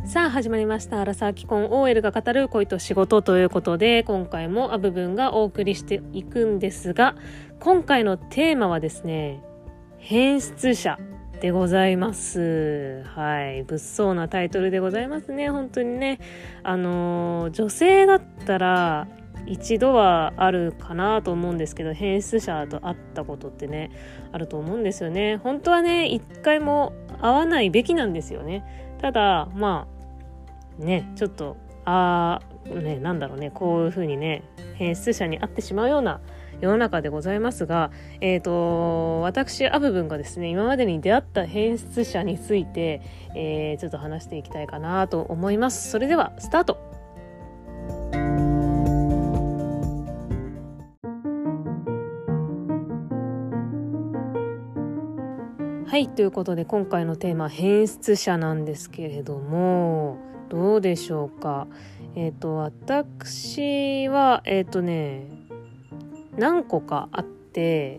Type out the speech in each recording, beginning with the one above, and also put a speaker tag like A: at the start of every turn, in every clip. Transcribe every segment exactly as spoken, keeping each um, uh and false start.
A: さあ始まりました。アラサー既婚 オーエル が語る恋と仕事ということで、今回もアブブンがお送りしていくんですが、今回のテーマはですね、変質者でございます。はい、物騒なタイトルでございますね。本当にね、あのー、女性だったら一度はあるかなと思うんですけど、変質者と会ったことってねあると思うんですよね。本当はね一回も会わないべきなんですよね。ただまあね、ちょっとあーねなんだろうねこういう風にね変質者に会ってしまうような世の中でございますが、えーと私アブブンがですね今までに出会った変質者について、えー、ちょっと話していきたいかなと思います。それではスタート。はい、ということで今回のテーマ変質者なんですけれども、どうでしょうか。えっ、ー、と私はえっ、ー、とね何個かあって、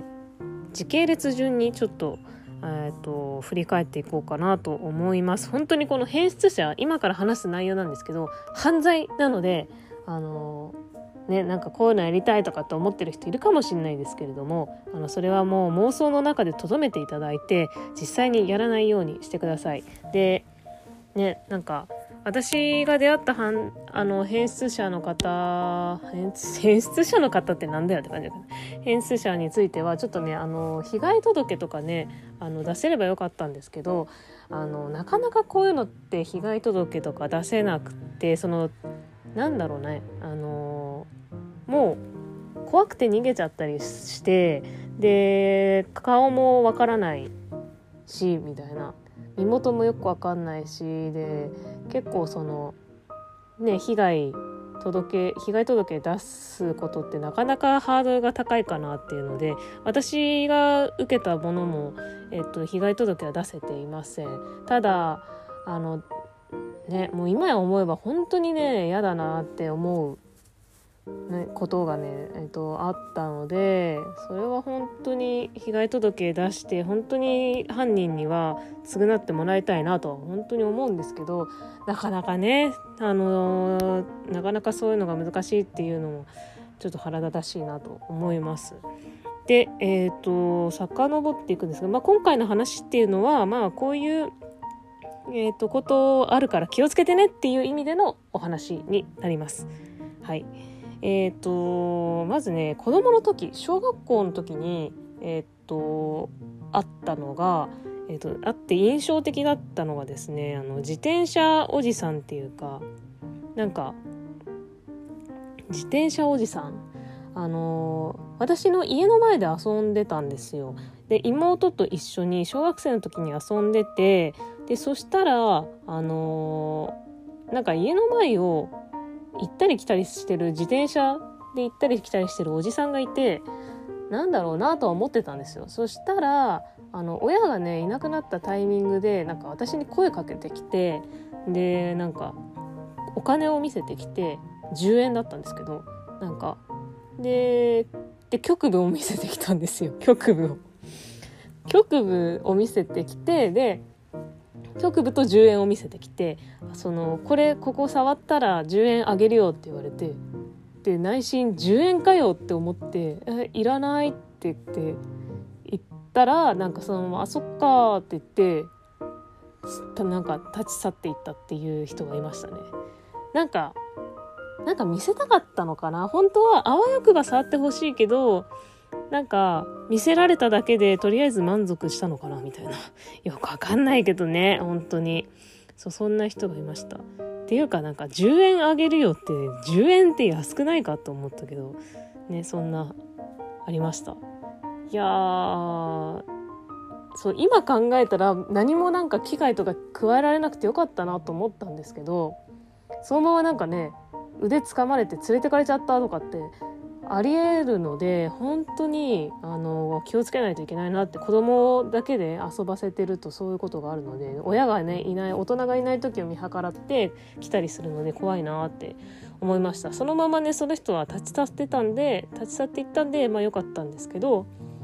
A: 時系列順にちょっとえっ、ー、と振り返っていこうかなと思います。本当にこの変質者、今から話す内容なんですけど犯罪なので、あのね、なんかこういうのやりたいとかって思ってる人いるかもしれないですけれども、あのそれはもう妄想の中で留めていただいて、実際にやらないようにしてください。でね、なんか私が出会ったはんあの変質者の方変変質者の方ってなんだよって感じだけど、変質者についてはちょっとねあの被害届とかねあの出せればよかったんですけど、あのなかなかこういうのって被害届とか出せなくて、そのなんだろうねあのもう怖くて逃げちゃったりして、で顔もわからないしみたいな、身元もよくわかんないしで、結構そのね被害届被害届出すことってなかなかハードルが高いかなっていうので、私が受けたものも、えっと、被害届は出せていません。ただあのねもう今や思えば本当にね嫌だなって思うね、ことがね、えっと、あったので、それは本当に被害届出して本当に犯人には償ってもらいたいなとは本当に思うんですけど、なかなかねあのー、なかなかそういうのが難しいっていうのもちょっと腹立たしいなと思います。でえっと遡っていくんですが、まあ、今回の話っていうのはまあこういうえっとことあるから気をつけてねっていう意味でのお話になります。はい。えー、とまずね子供の時小学校の時にえー、とあったのが、えー、とあって印象的だったのがですね、あの自転車おじさんっていうか、なんか自転車おじさんあのー、私の家の前で遊んでたんですよ。で妹と一緒に小学生の時に遊んでて、でそしたらあのー、なんか家の前を行ったり来たりしてる自転車で行ったり来たりしてるおじさんがいて、なんだろうなとは思ってたんですよ。そしたらあの親がねいなくなったタイミングでなんか私に声かけてきて、でなんかお金を見せてきてじゅうえんだったんですけど、なんかでで局部を見せてきたんですよ。局部を局部を見せてきて、で局部とじゅうえんを見せてきて、そのこれここ触ったらじゅうえんあげるよって言われて、で内心じゅうえんかよって思って、えいらないって言って言ったら、なんかそのままあそっかって言ってなんか立ち去っていったっていう人がいましたね。なんかなんか見せたかったのかな、本当はあわよくば触ってほしいけど、なんか見せられただけでとりあえず満足したのかなみたいな、よくわかんないけどね、本当にそうそんな人がいました。っていうかなんかじゅうえんあげるよってじゅうえんって安くないかと思ったけどね、そんなありました。いやーそう今考えたら何もなんか危害とか加えられなくてよかったなと思ったんですけど、そのままなんかね腕掴まれて連れてかれちゃったとかってありえるので、本当にあの気をつけないといけないなって。子供だけで遊ばせてるとそういうことがあるので、親がねいない大人がいない時を見計らって来たりするので怖いなって思いました。そのままねその人は立ち去ってたんで立ち去っていったんでまあ良かったんですけど、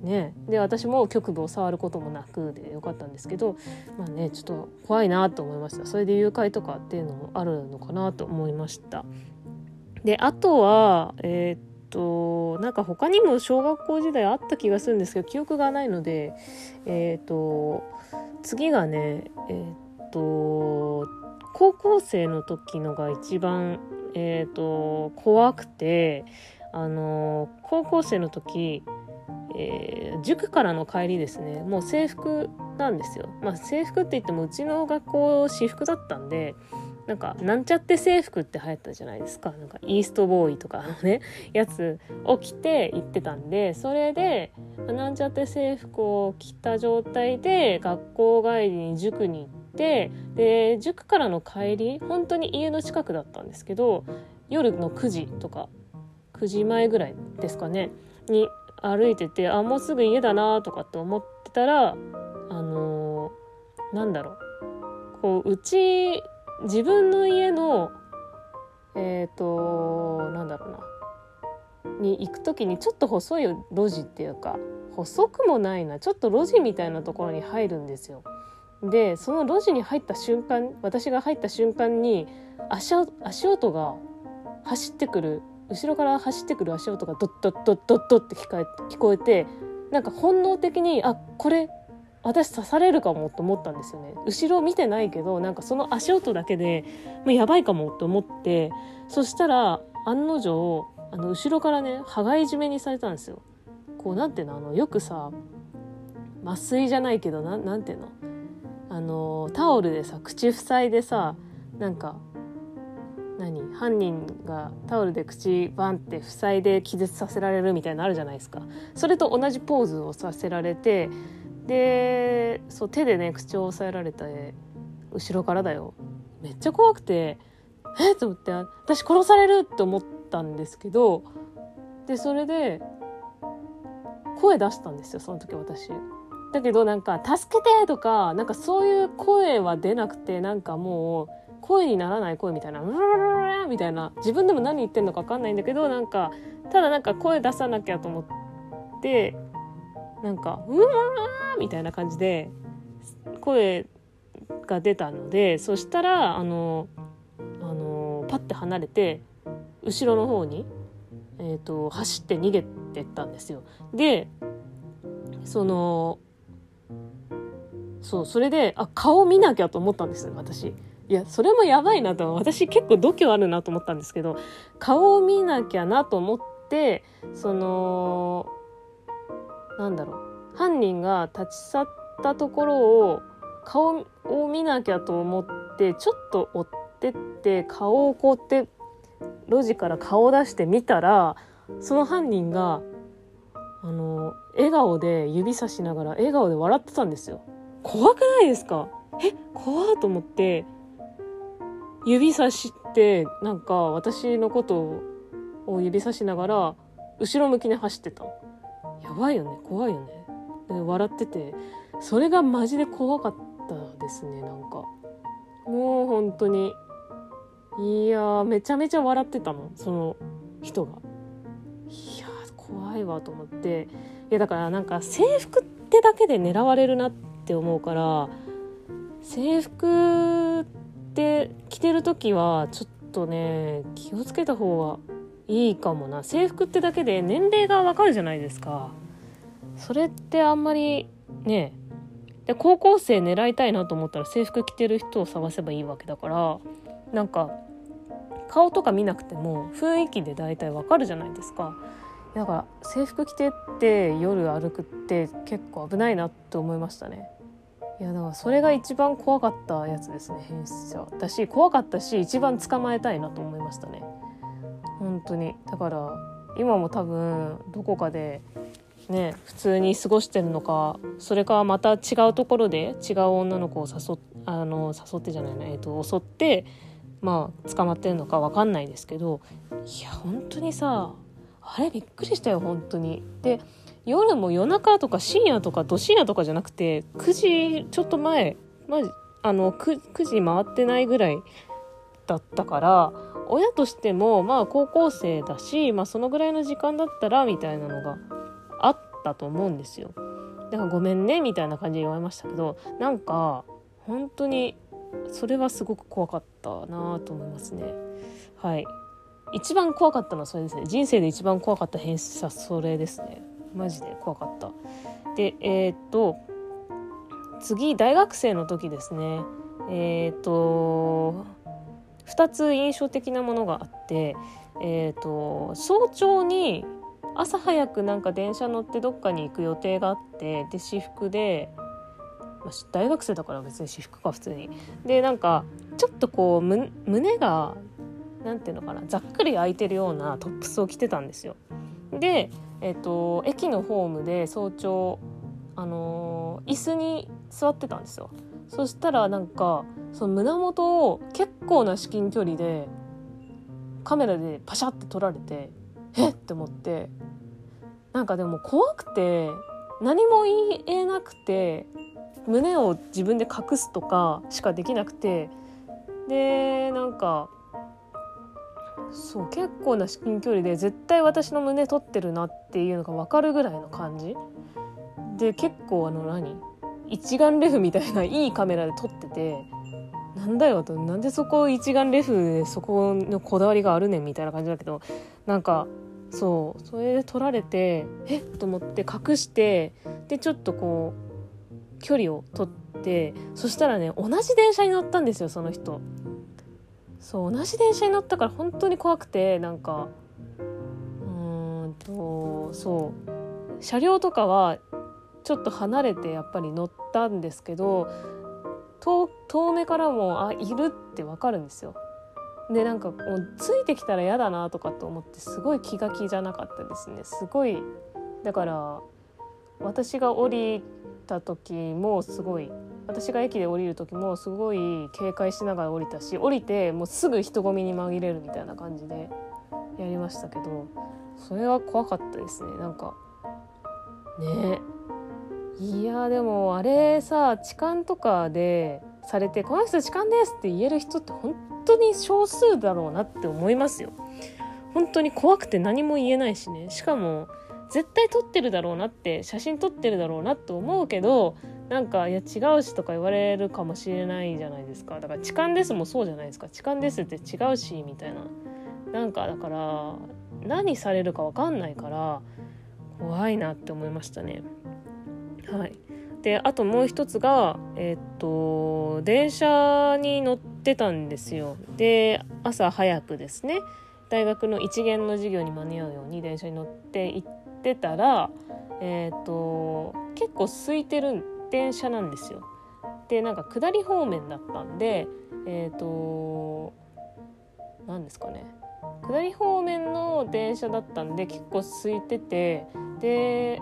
A: ね、で私も局部を触ることもなくでよかったんですけど、まあね、ちょっと怖いなと思いました。それで誘拐とかっていうのもあるのかなと思いました。であとはえー、っとなんか他にも小学校時代あった気がするんですけど記憶がないので、えー、っと次がねえー、っと高校生の時のが一番えー、っと怖くて、あの高校生の時えー、塾からの帰りですね、もう制服なんですよ。まあ制服って言ってもうちの学校私服だったんで、なんかなんちゃって制服って流行ったじゃないですか。なんかイーストボーイとかのねやつを着て行ってたんで、それでなんちゃって制服を着た状態で学校帰りに塾に行って、で塾からの帰り本当に家の近くだったんですけど、夜のくじとかくじまえぐらいですかねに歩いてて、あもうすぐ家だなとかって思ってたら、あのー、なんだろうこううち自分の家のえっとなんだろうなに行く時にちょっと細い路地っていうか、細くもないな、ちょっと路地みたいなところに入るんですよ。でその路地に入った瞬間、私が入った瞬間に足足音が走ってくる、後ろから走ってくる足音がドッドッドッドッドッって聞こえ、聞こえて、なんか本能的にあこれ私刺されるかもと思ったんですよね。後ろ見てないけどなんかその足音だけでもうやばいかもと思って、そしたら案の定あの後ろからね羽交い締めにされたんですよ。こうなんていうの、あのよくさ麻酔じゃないけど な, なんていうのあのタオルでさ口塞いでさ、なんか何犯人がタオルで口バンって塞いで気絶させられるみたいなのあるじゃないですか。それと同じポーズをさせられて、でそう手でね口を押さえられて、後ろからだよ、めっちゃ怖くてえっと思って私殺されるって思ったんですけど、でそれで声出したんですよその時私。だけどなんか助けてとかなんかそういう声は出なくて、なんかもう声にならない声みたいな、うるるるるみたいな、自分でも何言ってんのか分かんないんだけど、なんかただなんか声出さなきゃと思ってなんかうわーみたいな感じで声が出たので、そしたらあのあのパッて離れて後ろの方に、えーと、走って逃げてったんですよ。でそのそうそれであ顔見なきゃと思ったんですよ私。いやそれもやばいなと、私結構度胸あるなと思ったんですけど、顔を見なきゃなと思って、そのなんだろう犯人が立ち去ったところを顔を見なきゃと思ってちょっと追ってって顔をこうやって路地から顔を出してみたら、その犯人があの笑顔で指さしながら笑顔で笑ってたんですよ。怖くないですか？え怖いと思って指さしてなんか私のことを指さしながら後ろ向きに走ってた。やばいよね、怖いよね。で笑ってて、それがマジで怖かったですね。なんかもう本当にいやめちゃめちゃ笑ってたのその人が。いや怖いわと思って、いやだからなんか制服ってだけで狙われるなって思うから、制服って着てる時はちょっとね気をつけた方がいいかもな。制服ってだけで年齢がわかるじゃないですか。それってあんまりね、で高校生狙いたいなと思ったら制服着てる人を探せばいいわけだから、なんか顔とか見なくても雰囲気で大体わかるじゃないですか。だから制服着てって夜歩くって結構危ないなって思いましたね。いやだからそれが一番怖かったやつですね、変質者だし怖かったし一番捕まえたいなと思いましたね本当に。だから今も多分どこかでね普通に過ごしてるのか、それかまた違うところで違う女の子を誘っあの誘ってじゃないな、えっと襲ってまあ捕まってるのか分かんないですけど、いや本当にさあれびっくりしたよ本当に。で夜も夜中とか深夜とかど深夜とかじゃなくてくじちょっと前、まあ、あの 9, 9時回ってないぐらいだったから、親としてもまあ高校生だし、まあ、そのぐらいの時間だったらみたいなのがあっったと思うんですよ。だからごめんねみたいな感じで言われましたけど、なんか本当にそれはすごく怖かったなと思いますね。はい、一番怖かったのはそれですね。人生で一番怖かった変質はそれですね。マジで怖かった。でえー、っと次大学生の時ですね。えー、っとふたつ印象的なものがあって、えー、と早朝に朝早くなんか電車乗ってどっかに行く予定があって、で私服で、まあ、大学生だから別に私服か普通にで、なんかちょっとこうむ胸がなんていうのかな、ざっくり開いてるようなトップスを着てたんですよ。で、えー、と駅のホームで早朝、あのー、椅子に座ってたんですよ。そしたらなんかその胸元を結構な至近距離でカメラでパシャって撮られて、えっって思って、なんかでも怖くて何も言えなくて、胸を自分で隠すとかしかできなくて、でなんかそう結構な至近距離で絶対私の胸撮ってるなっていうのが分かるぐらいの感じで、結構あの何一眼レフみたいないいカメラで撮ってて、なんだよと、なんでそこ一眼レフでそこのこだわりがあるねんみたいな感じだけど、なんかそうそれで撮られてえっと思って隠して、でちょっとこう距離を取って、そしたらね同じ電車に乗ったんですよその人。そう同じ電車に乗ったから本当に怖くて、なんかうーんとそう車両とかはちょっと離れてやっぱり乗ったんですけど、遠, 遠目からもあいるってわかるんですよ。でなんかもうついてきたら嫌だなとかと思って、すごい気が気じゃなかったですね。すごいだから私が降りた時もすごい、私が駅で降りる時もすごい警戒しながら降りたし、降りてもうすぐ人混みに紛れるみたいな感じでやりましたけど、それは怖かったですね。なんかねいやでもあれさ、痴漢とかでされてこの人痴漢ですって言える人って本当に少数だろうなって思いますよ。本当に怖くて何も言えないしね。しかも絶対撮ってるだろうなって、写真撮ってるだろうなって思うけど、なんかいや違うしとか言われるかもしれないじゃないですか。だから痴漢ですもそうじゃないですか。痴漢ですって違うしみたいな、なんかだから何されるか分かんないから怖いなって思いましたね。はい。であともう一つがえー、っと電車に乗ってたんですよ。で朝早くですね、大学の一限の授業に間に合うように電車に乗って行ってたら、えー、っと結構空いてる電車なんですよ。でなんか下り方面だったんで、えー、っと何ですかね、下り方面の電車だったんで結構空いてて、で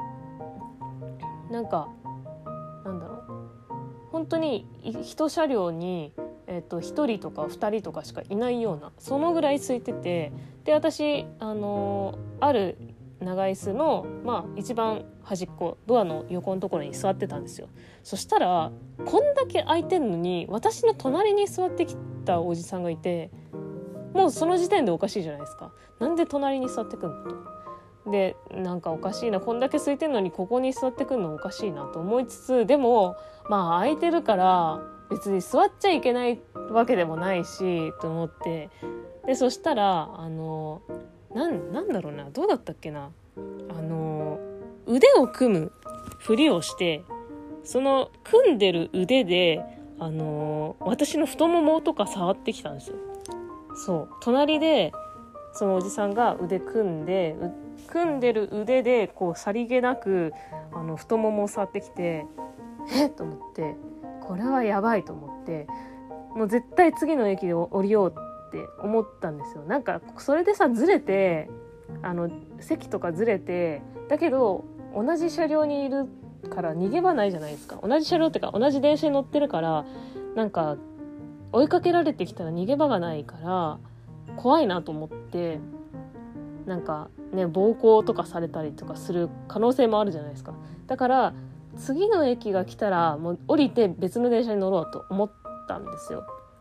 A: なんかなんだろう、本当に一車両に、えー、とひとりとかふたりとかしかいないような、そのぐらい空いてて、で私、あのー、ある長椅子の、まあ、一番端っこドアの横のところに座ってたんですよ。そしたらこんだけ空いてるのに私の隣に座ってきたおじさんがいて、もうその時点でおかしいじゃないですか。なんで隣に座ってくんのと。でなんかおかしいな、こんだけ空いてるのにここに座ってくんのおかしいなと思いつつ、でもまあ空いてるから別に座っちゃいけないわけでもないしと思って、でそしたらあのなん、なんだろうな、どうだったっけな、あの腕を組むふりをして、その組んでる腕であの私の太ももとか触ってきたんですよ。そう隣でそのおじさんが腕組んで組んでる腕でこうさりげなくあの太ももを触ってきて、えっと思って、これはやばいと思って、もう絶対次の駅で降りようって思ったんですよ。なんかそれでさずれて、あの席とかずれて、だけど同じ車両にいるから逃げ場ないじゃないですか。同じ車両っていうか同じ電車に乗ってるから、なんか追いかけられてきたら逃げ場がないから怖いなと思って、なんかね暴行とかされたりとかする可能性もあるじゃないですか。だから次の駅が来たらもう降りて別の電車に乗ろうと思ったんですよ。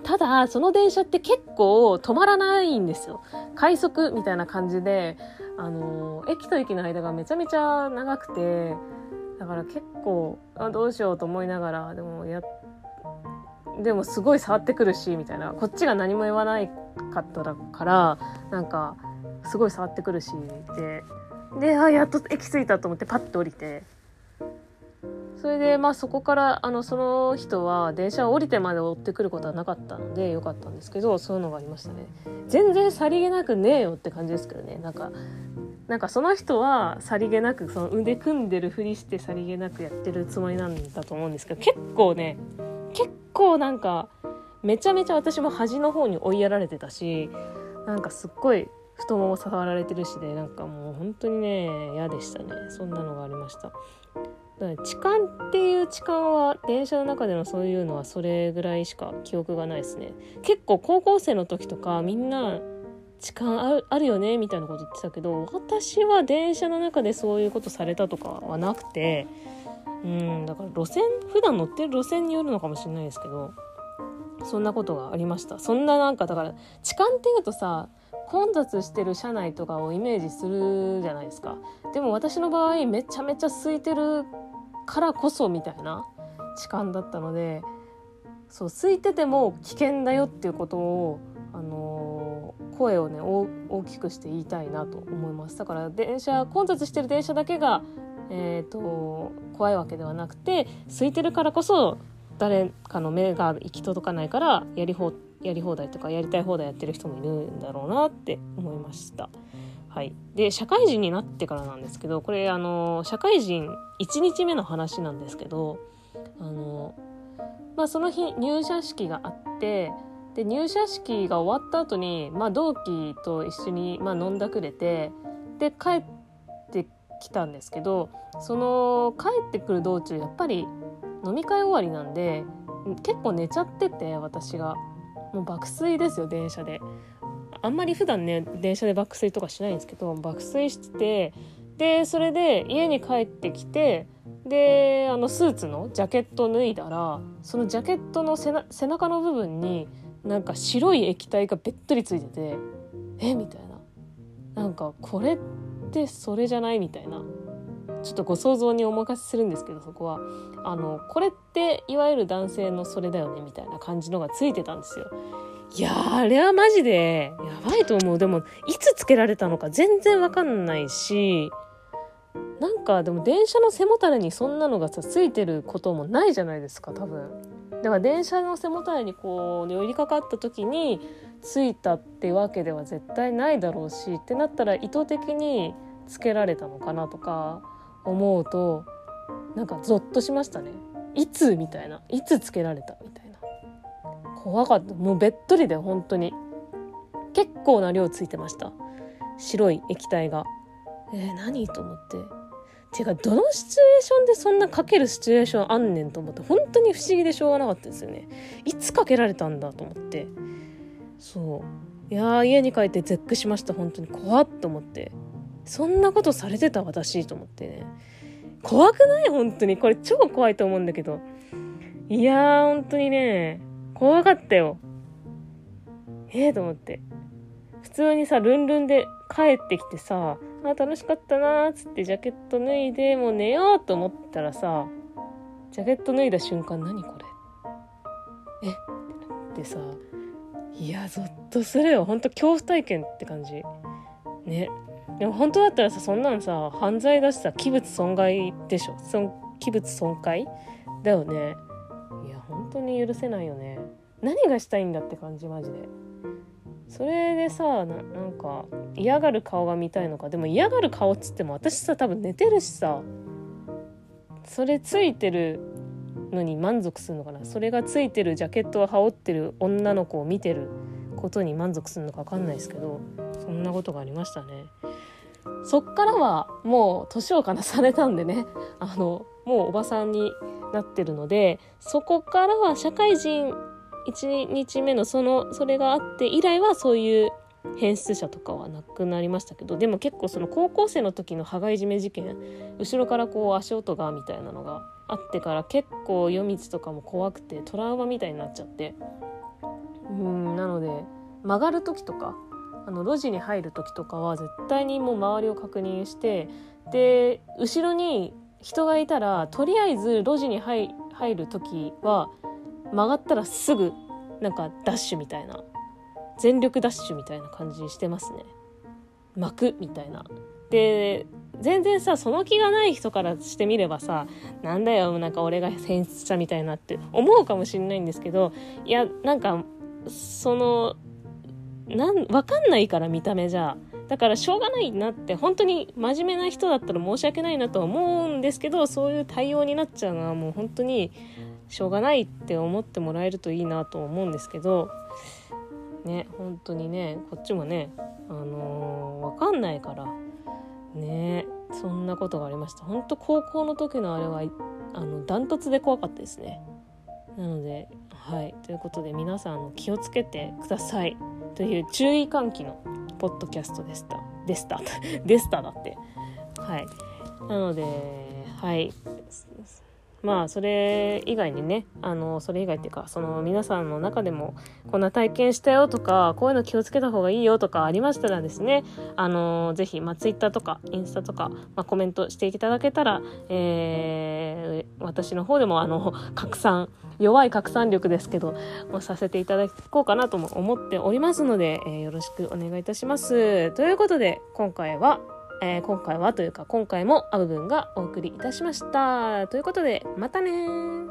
A: ただその電車って結構止まらないんですよ。快速みたいな感じで、あの駅と駅の間がめちゃめちゃ長くて、だから結構あどうしようと思いながら、でもやでもすごい触ってくるしみたいな、こっちが何も言わないかったからなんかすごい触ってくるしでであやっと駅着いたと思ってパッと降りて、それでまあそこからあのその人は電車を降りてまで追ってくることはなかったのでよかったんですけど、そういうのがありましたね。全然さりげなくねえよって感じですけどね。なんかなんかその人はさりげなくその腕組んでるふりしてさりげなくやってるつもりなんだと思うんですけど、結構ね結構なんかめちゃめちゃ私も端の方に追いやられてたし、なんかすっごい太もも触られてるしで、なんかもう本当にね嫌でしたね。そんなのがありました。だから痴漢っていう痴漢は電車の中でのそういうのはそれぐらいしか記憶がないですね。結構高校生の時とかみんな痴漢ある、あるよねみたいなこと言ってたけど、私は電車の中でそういうことされたとかはなくて、うんだから路線普段乗ってる路線によるのかもしれないですけど、そんなことがありました。そんななんかだから痴漢っていうとさ、混雑してる車内とかをイメージするじゃないですか。でも私の場合めちゃめちゃ空いてるからこそみたいな痴漢だったので、そう空いてても危険だよっていうことを、あのー、声をね大きくして言いたいなと思います。だから電車混雑してる電車だけが、えーと、怖いわけではなくて、空いてるからこそ誰かの目が行き届かないからやり放やり放題とかやりたい放題やってる人もいるんだろうなって思いました。はい、で社会人になってからなんですけど、これあの社会人いちにちめの話なんですけど、あの、まあ、その日入社式があって、で入社式が終わった後に、まあ、同期と一緒に、まあ、飲んだくれて、で帰ってきたんですけど、その帰ってくる道中やっぱり飲み会終わりなんで結構寝ちゃってて、私がもう爆睡ですよ。電車であんまり普段ね電車で爆睡とかしないんですけど、爆睡してて、でそれで家に帰ってきて、であのスーツのジャケット脱いだら、そのジャケットの背な背中の部分になんか白い液体がべっとりついてて、えみたいな、なんかこれってそれじゃないみたいな、ちょっとご想像にお任せするんですけど、そこはあのこれっていわゆる男性のそれだよねみたいな感じのがついてたんですよ。いやーあれはマジでやばいと思う。でもいつつけられたのか全然わかんないし、なんかでも電車の背もたれにそんなのがさついてることもないじゃないですか多分。だから電車の背もたれにこう寄りかかった時についたってわけでは絶対ないだろうし、ってなったら意図的につけられたのかなとか思うと、なんかゾッとしましたね。いつみたいな、いつつけられたみたいな、怖かった。もうべっとりで本当に結構な量ついてました、白い液体が。えー、何と思って、てかどのシチュエーションでそんなかけるシチュエーションあんねんと思って、本当に不思議でしょうがなかったですよね。いつかけられたんだと思って、そういやー家に帰って絶句しました。本当に怖っと思って、そんなことされてた私と思ってね。怖くない？本当にこれ超怖いと思うんだけど、いやー本当にね怖かったよ。えーと思って、普通にさルンルンで帰ってきてさ、あ楽しかったなーっつってジャケット脱いでもう寝ようと思ったらさ、ジャケット脱いだ瞬間何これえってさ、いやゾッとするよ。本当恐怖体験って感じね。でも本当だったらさ、そんなのさ犯罪だしさ、器物損害でしょ。器物損壊だよね。いや本当に許せないよね。何がしたいんだって感じマジで。それでさ な, なんか嫌がる顔が見たいのか。でも嫌がる顔っつっても私さ多分寝てるしさ、それついてるのに満足するのかな。それがついてるジャケットを羽織ってる女の子を見てることに満足するのか分かんないですけど、そんなことがありましたね。そっからはもう年を重ねたんでね、あのもうおばさんになってるので、そこからは社会人いちにちめのそのそれがあって以来はそういう変質者とかはなくなりましたけど、でも結構その高校生の時の羽交い締め事件、後ろからこう足音がみたいなのがあってから結構夜道とかも怖くてトラウマみたいになっちゃって、 うんなので曲がる時とかあの路地に入る時とかは絶対にもう周りを確認して、で後ろに人がいたらとりあえず路地に 入, 入る時は曲がったらすぐなんかダッシュみたいな、全力ダッシュみたいな感じにしてますね。巻くみたいな。で全然さその気がない人からしてみればさ、なんだよなんか俺が変質者みたいなって思うかもしれないんですけど、いやなんかそのなん分かんないから見た目じゃ、だからしょうがないなって、本当に真面目な人だったら申し訳ないなとは思うんですけど、そういう対応になっちゃうのはもう本当にしょうがないって思ってもらえるといいなと思うんですけどね、本当にねこっちもねあのー、分かんないからね、そんなことがありました。本当高校の時のあれはあのダントツで怖かったですね。なのではいということで皆さん気をつけてくださいという注意喚起のポッドキャストでしたでしたでしただってはいなのではいまあそれ以外にねあのそれ以外っていうかその皆さんの中でもこんな体験したよとかこういうの気をつけた方がいいよとかありましたらですね、あのぜひ、まあ、ツイッターとかインスタとか、まあ、コメントしていただけたら、えー、私の方でもあの拡散弱い拡散力ですけどもさせていただこうかなとも思っておりますので、えー、よろしくお願いいたします。ということで今回はえー、今回はというか今回もアブブンがお送りいたしました。ということでまたね。